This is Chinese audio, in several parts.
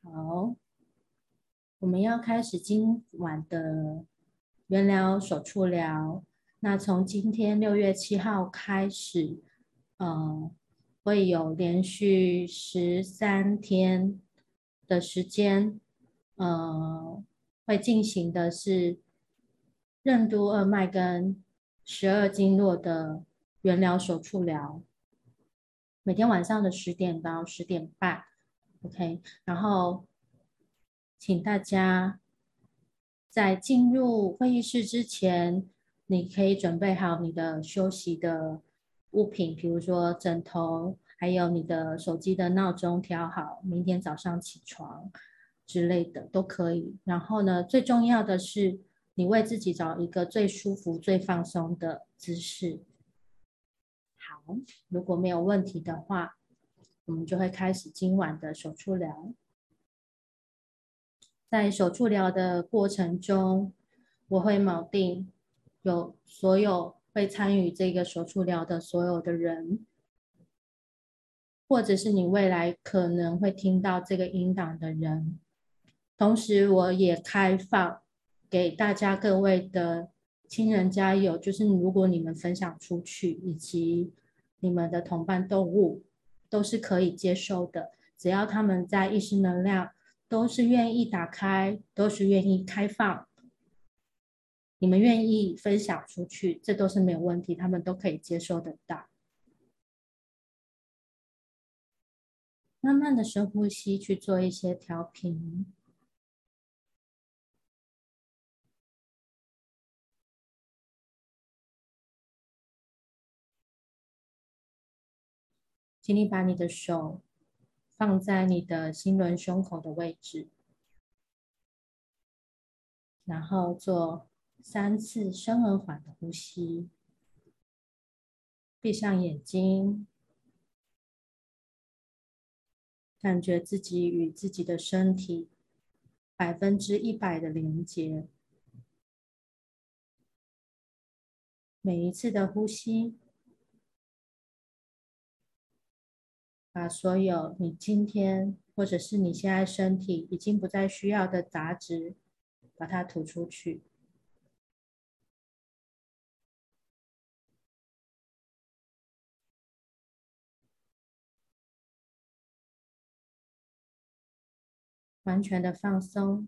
好，我们要开始今晚的源疗手触疗。那从今天6月7号开始，呃，会有连续13天的时间，会进行的是任督二脉跟12经络的源疗手触疗，每天晚上的10点到10点半。OK，然后请大家在进入会议室之前，你可以准备好你的休息的物品，比如说枕头，还有你的手机的闹钟调好，明天早上起床之类的都可以。然后呢，最重要的是你为自己找一个最舒服、最放松的姿势。好，如果没有问题的话，我们就会开始今晚的手触疗。在手触疗的过程中，我会锚定有所有会参与这个手触疗的所有的人，或者是你未来可能会听到这个音档的人。同时，我也开放给大家各位的亲人家友，就是如果你们分享出去，以及你们的同伴动物，都是可以接收的，只要他们在意识能量都是愿意打开，都是愿意开放，你们愿意分享出去，这都是没有问题，他们都可以接受得到。慢慢的深呼吸，去做一些调频。请你把你的手放在你的心轮胸口的位置，然后做3次深而缓的呼吸。闭上眼睛，感觉自己与自己的身体100%的连接。每一次的呼吸，把所有你今天或者是你现在身体已经不再需要的杂质，把它吐出去。完全的放松。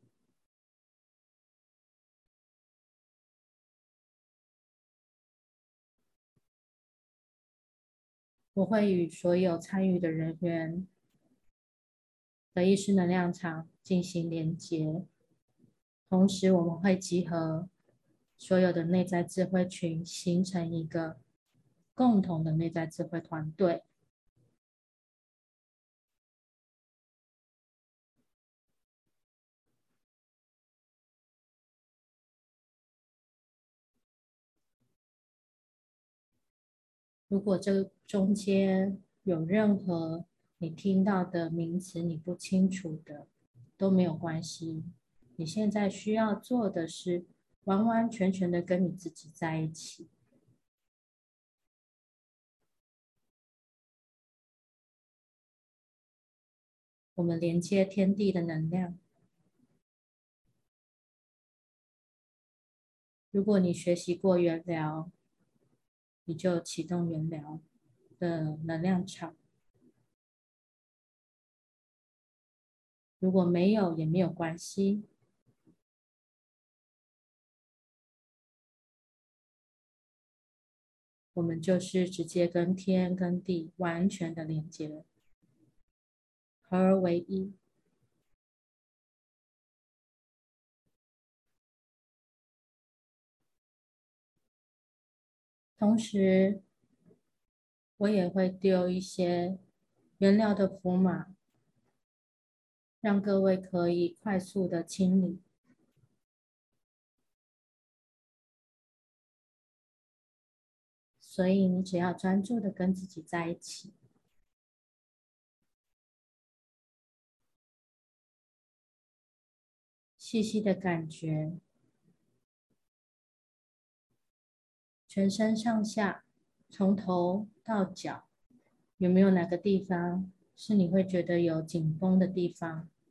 我会与所有参与的人员的意识能量场进行连接，同时我们会集合所有的内在智慧群，形成一个共同的内在智慧团队。如果这中间有任何你听到的名词你不清楚的，都没有关系。你现在需要做的是完完全全的跟你自己在一起。我们连接天地的能量。如果你学习过源疗，你就启动源疗的能量场。如果没有，也没有关系。我们就是直接跟天跟地完全的连接，合而为一。同时，我也会丢一些原料的符码，让各位可以快速的清理。所以你只要专注的跟自己在一起，细细的感觉，全身上下，从头到脚，有没有哪个地方是你会觉得有紧绷的地方？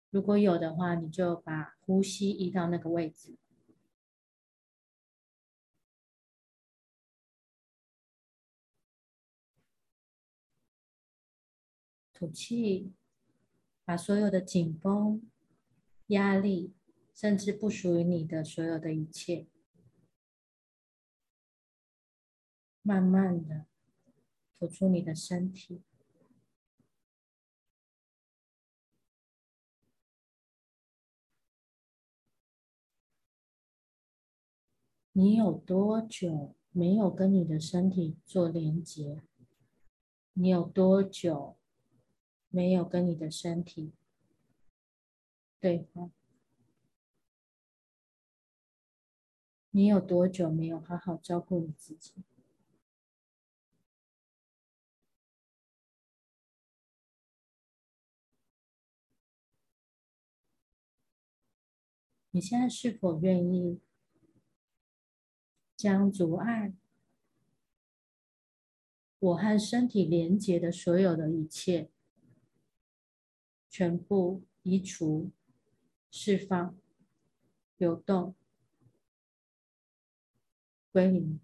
如果有的话，你就把呼吸移到那个位置，吐气，把所有的紧绷、压力，甚至不属于你的所有的一切，慢慢的吐出你的身体。你有多久没有跟你的身体做连接？你有多久没有跟你的身体对话？你有多久没有好好照顾你自己？你现在是否愿意将阻碍我和身体连接的所有的一切，全部移除、释放、流动、归零？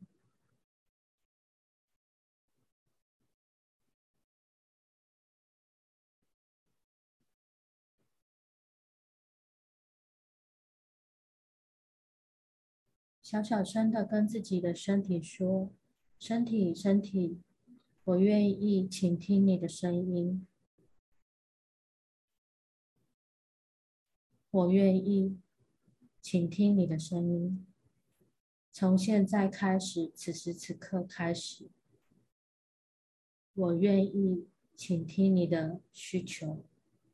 小小声的跟自己的身体说：身体，身体，我愿意倾听你的声音，我愿意倾听你的声音。从现在开始，此时此刻开始，我愿意倾听你的需求。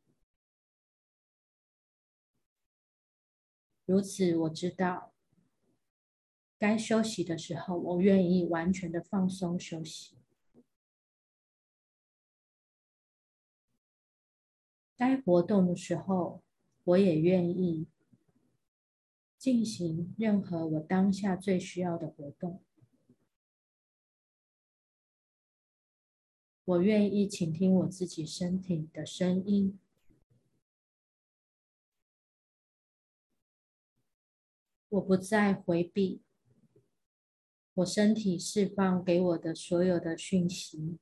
如此，我知道该休息的时候，我愿意完全的放松休息；该活动的时候，我也愿意进行任何我当下最需要的活动。我愿意倾听我自己身体的声音，我不再回避我身体释放给我的所有的讯息。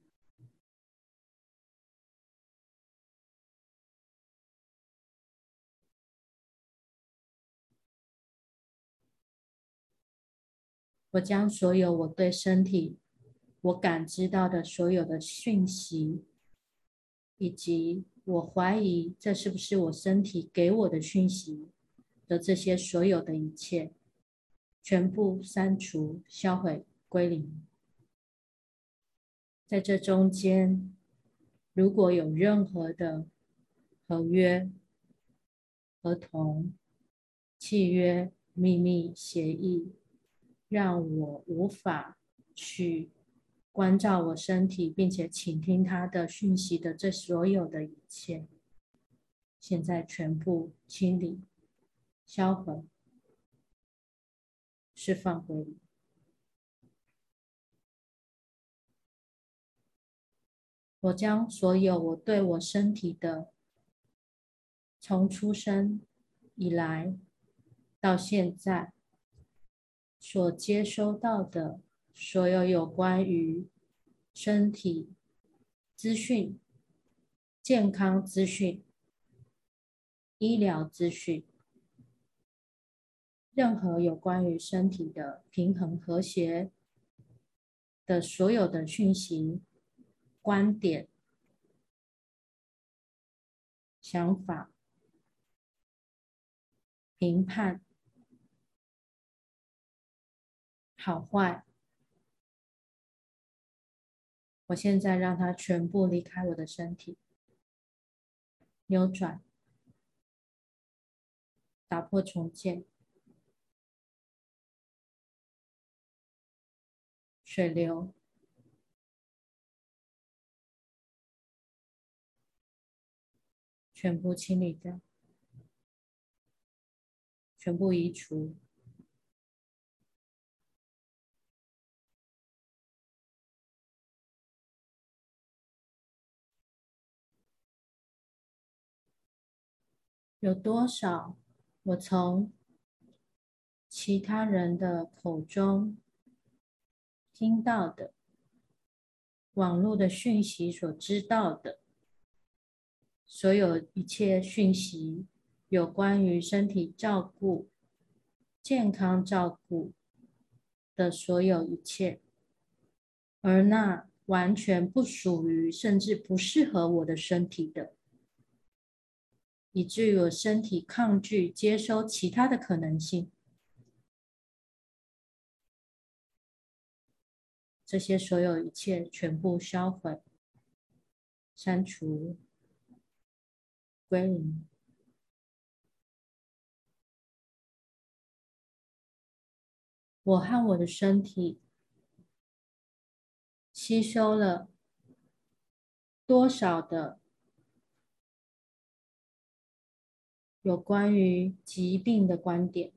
我将所有我对身体我感知到的所有的讯息，以及我怀疑这是不是我身体给我的讯息的这些所有的一切，全部删除、销毁、归零。在这中间，如果有任何的合约、合同、契约、秘密、协议，让我无法去关照我身体，并且倾听它的讯息的这所有的一切，现在全部清理、销毁、释放回来。我将所有我对我身体的从出生以来到现在所接收到的所有有关于身体资讯、健康资讯、医疗资讯，任何有关于身体的平衡和谐的所有的讯息、观点、想法、评判、好坏，我现在让它全部离开我的身体，扭转、打破重建、水流，全部清理掉，全部移除。 有多少我从其他人的口中听到的、网络的讯息所知道的，所有一切讯息，有关于身体照顾、健康照顾的所有一切，而那完全不属于，甚至不适合我的身体的，以至于我身体抗拒接收其他的可能性，这些所有一切全部销毁、删除、归零。我和我的身体吸收了多少的有关于疾病的观点，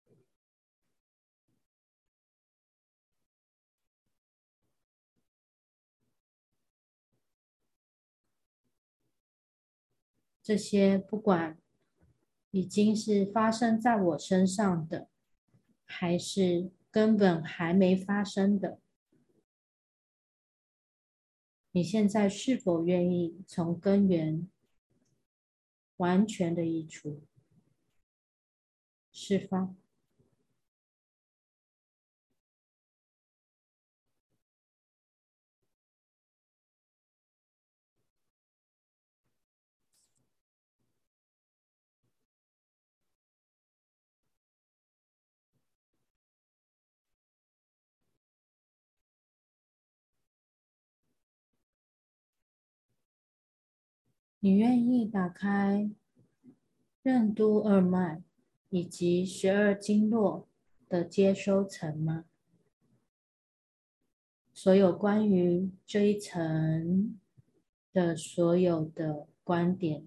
这些不管已经是发生在我身上的，还是根本还没发生的，你现在是否愿意从根源完全的移除、释放？你愿意打开任督二脉以及12经络的接收层吗？所有关于这一层的所有的观点、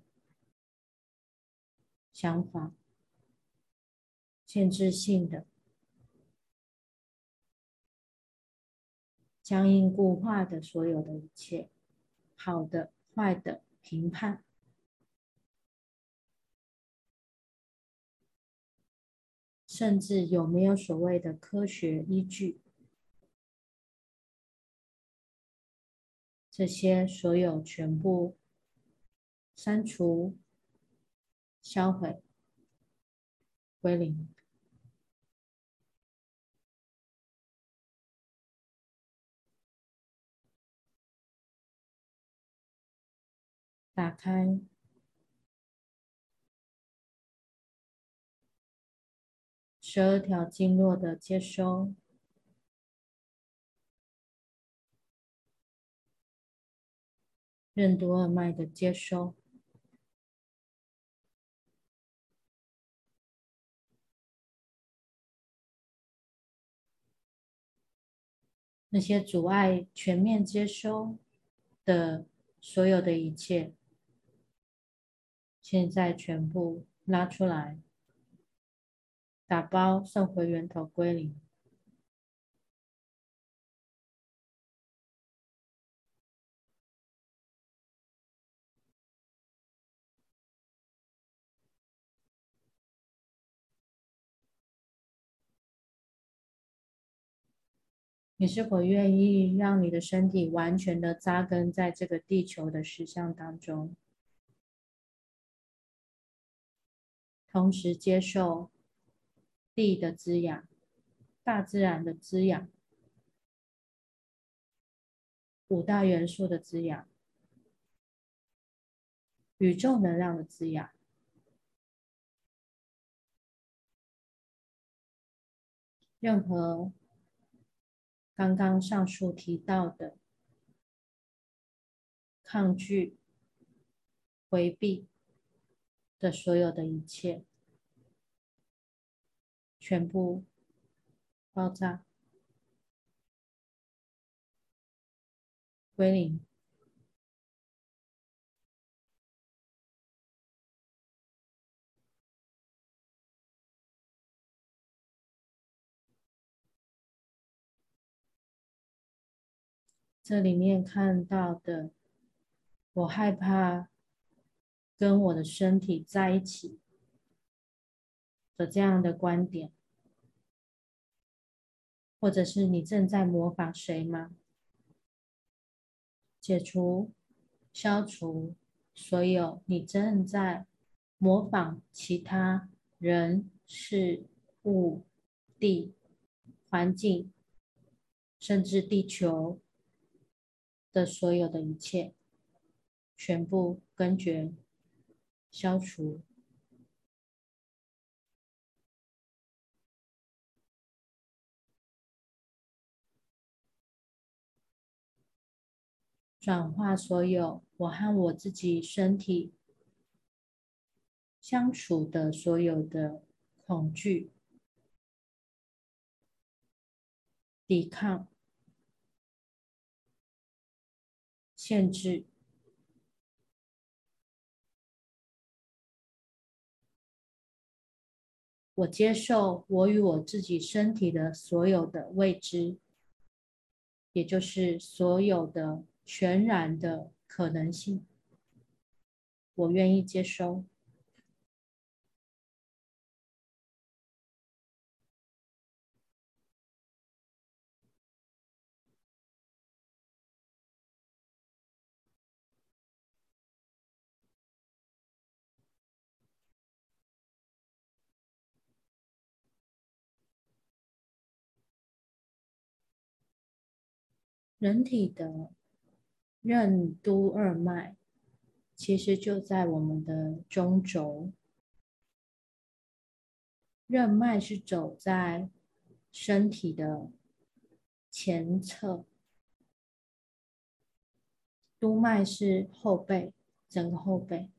想法、限制性的、僵硬固化的所有的一切，好的、坏的评判，甚至有没有所谓的科学依据，这些所有全部删除、销毁、归零。打开12条经络的接收，任督二脉的接收，那些阻碍全面接收的所有的一切，现在全部拉出来，打包送回源头归零。你是否愿意让你的身体完全的扎根在这个地球的实相当中，同时接受地的滋养、大自然的滋养、五大元素的滋养、宇宙能量的滋养，任何刚刚上述提到的抗拒、回避的所有的一切，全部爆炸、归零。这里面看到的，我害怕跟我的身体在一起， 的这样的观点，或者是你正在模仿谁吗？解除、消除所有你正在模仿其他人、事物、地、环境，甚至地球的所有的一切，全部根绝、消除。转化所有我和我自己身体相处的所有的恐惧、抵抗、限制。我接受我与我自己身体的所有的未知，也就是所有的全然的可能性。我愿意接收。人体的任督二脉，其实就在我们的中轴。任脉是走在身体的前侧，督脉是后背，整个后背。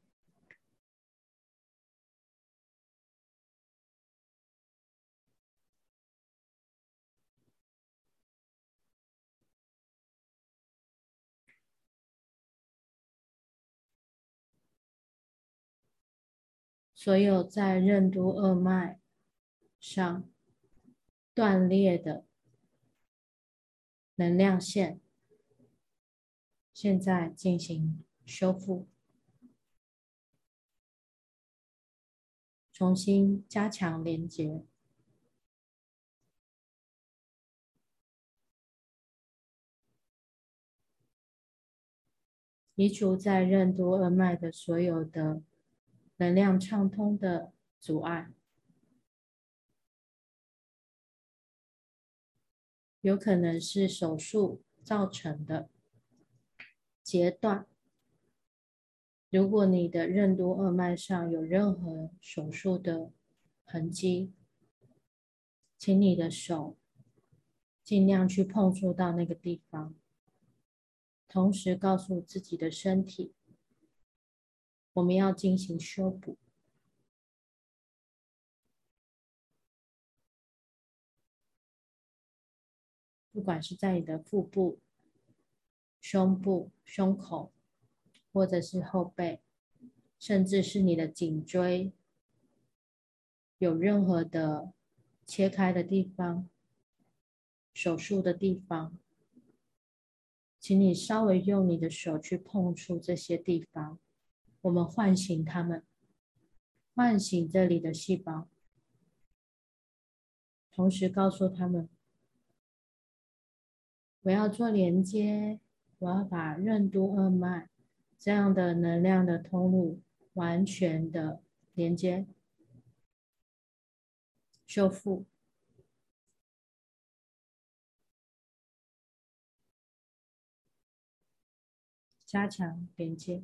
所有在任督二脉上断裂的能量线，现在进行修复，重新加强连接。移除在任督二脉的所有的能量畅通的阻碍，有可能是手术造成的截断。如果你的任督二脉上有任何手术的痕迹，请你的手尽量去碰触到那个地方，同时告诉自己的身体，我们要进行修补。不管是在你的腹部、胸部、胸口，或者是后背，甚至是你的颈椎，有任何的切开的地方、手术的地方，请你稍微用你的手去碰触这些地方，我们唤醒它们，唤醒这里的细胞，同时告诉他们，我要做连接，我要把任督二脉这样的能量的通路完全的连接、修复、加强连接。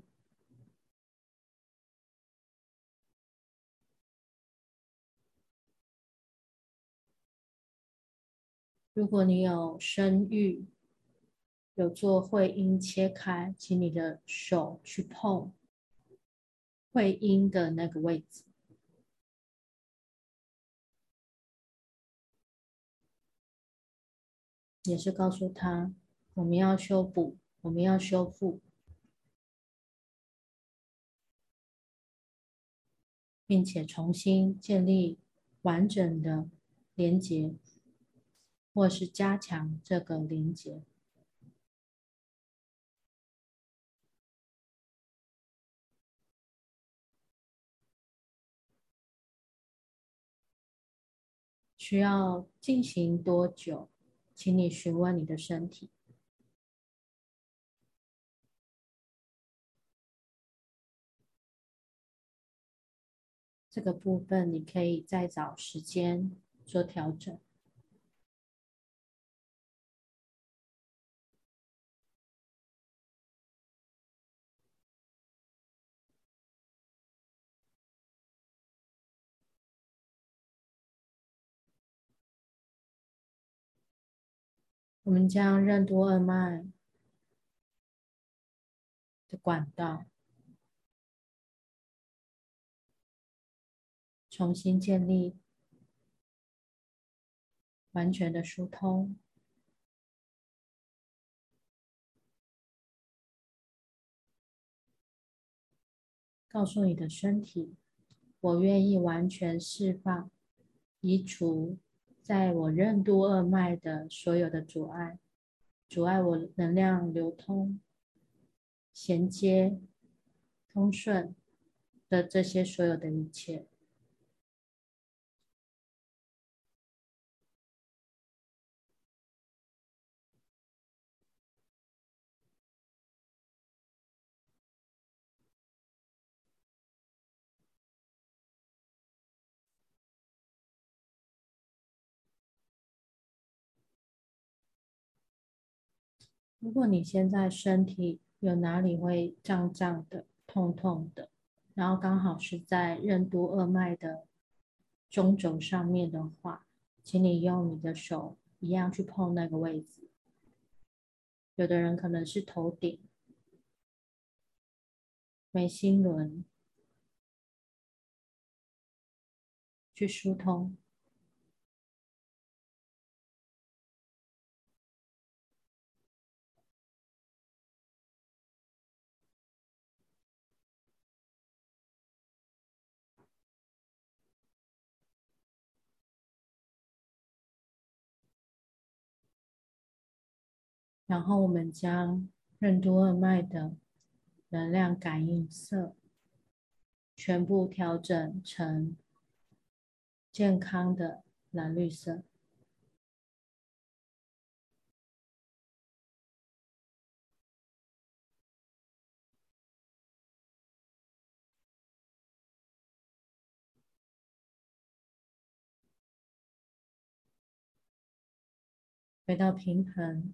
如果你有生育，有做会阴切开，请你的手去碰会阴的那个位置，也是告诉他，我们要修补，我们要修复，并且重新建立完整的连结，或是加强这个连结。 需要进行多久？请你询问你的身体。这个部分你可以再找时间做调整。我们将任督二脉的管道重新建立，完全的疏通。告诉你的身体，我愿意完全释放，移除在我任督二脉的所有的阻碍，阻碍我能量流通、衔接、通顺的这些所有的一切。如果你现在身体有哪里会胀胀的、痛痛的，然后刚好是在任督二脉的中轴上面的话，请你用你的手一样去碰那个位置。有的人可能是头顶、眉心轮去疏通，然后我们将任督二脉的能量感应色全部调整成健康的蓝绿色。回到平衡，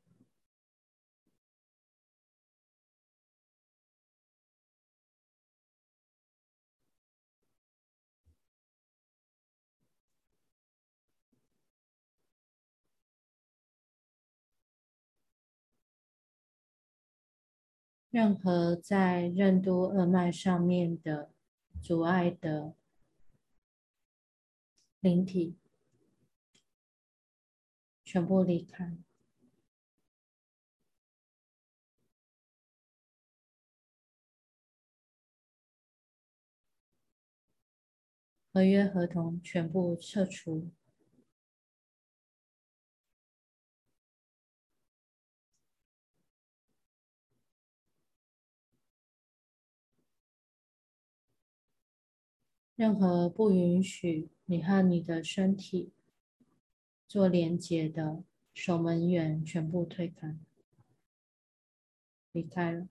任何在任督二脉上面的阻碍的灵体，全部离开。合约合同全部撤除。任何不允许你和你的身体做连接的守门员全部推开，离开了。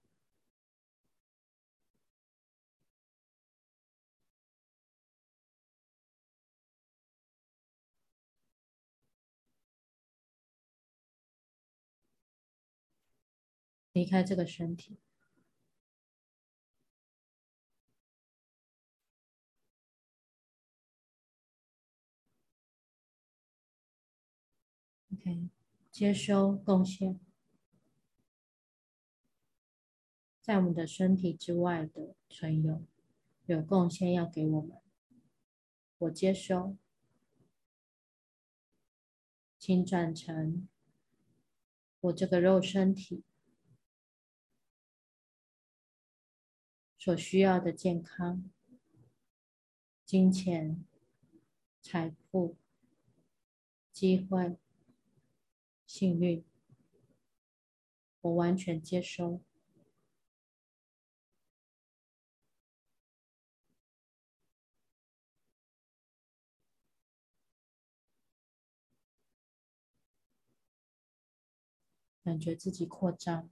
离开这个身体。OK，接收贡献，在我们的身体之外的存有，有贡献要给我们，我接收，请转成我这个肉身体所需要的健康、金钱、财富、机会、幸运，我完全接收。 感觉自己扩张，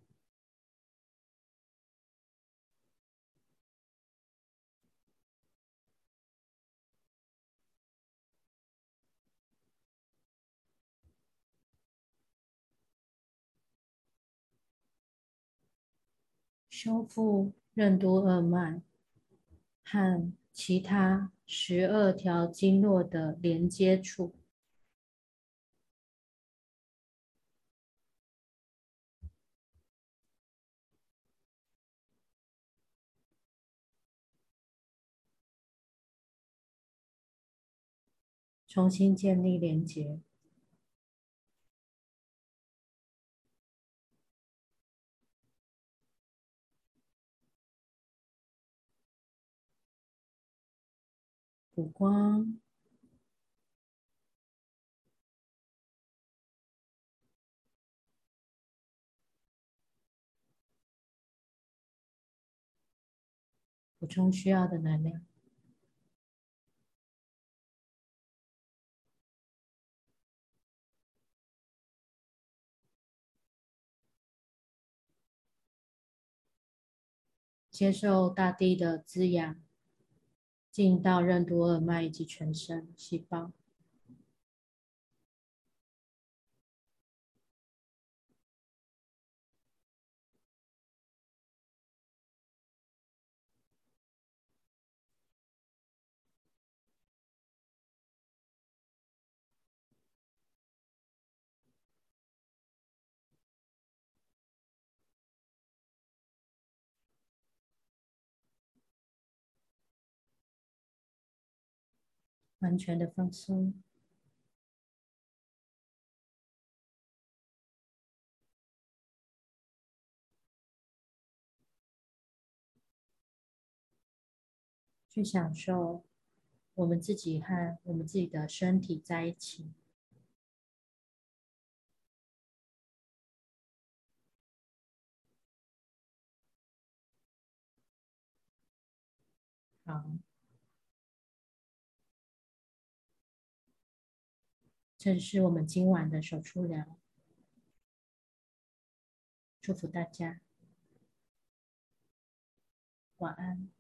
修复任督二脉和其他12条经络的连接处，重新建立连接。补光，补充需要的能量。接受大地的滋养，进到任督二脉以及全身细胞，完全的放松。去享受我们自己和我们自己的身体在一起。好，这是我们今晚的手触疗，祝福大家，晚安。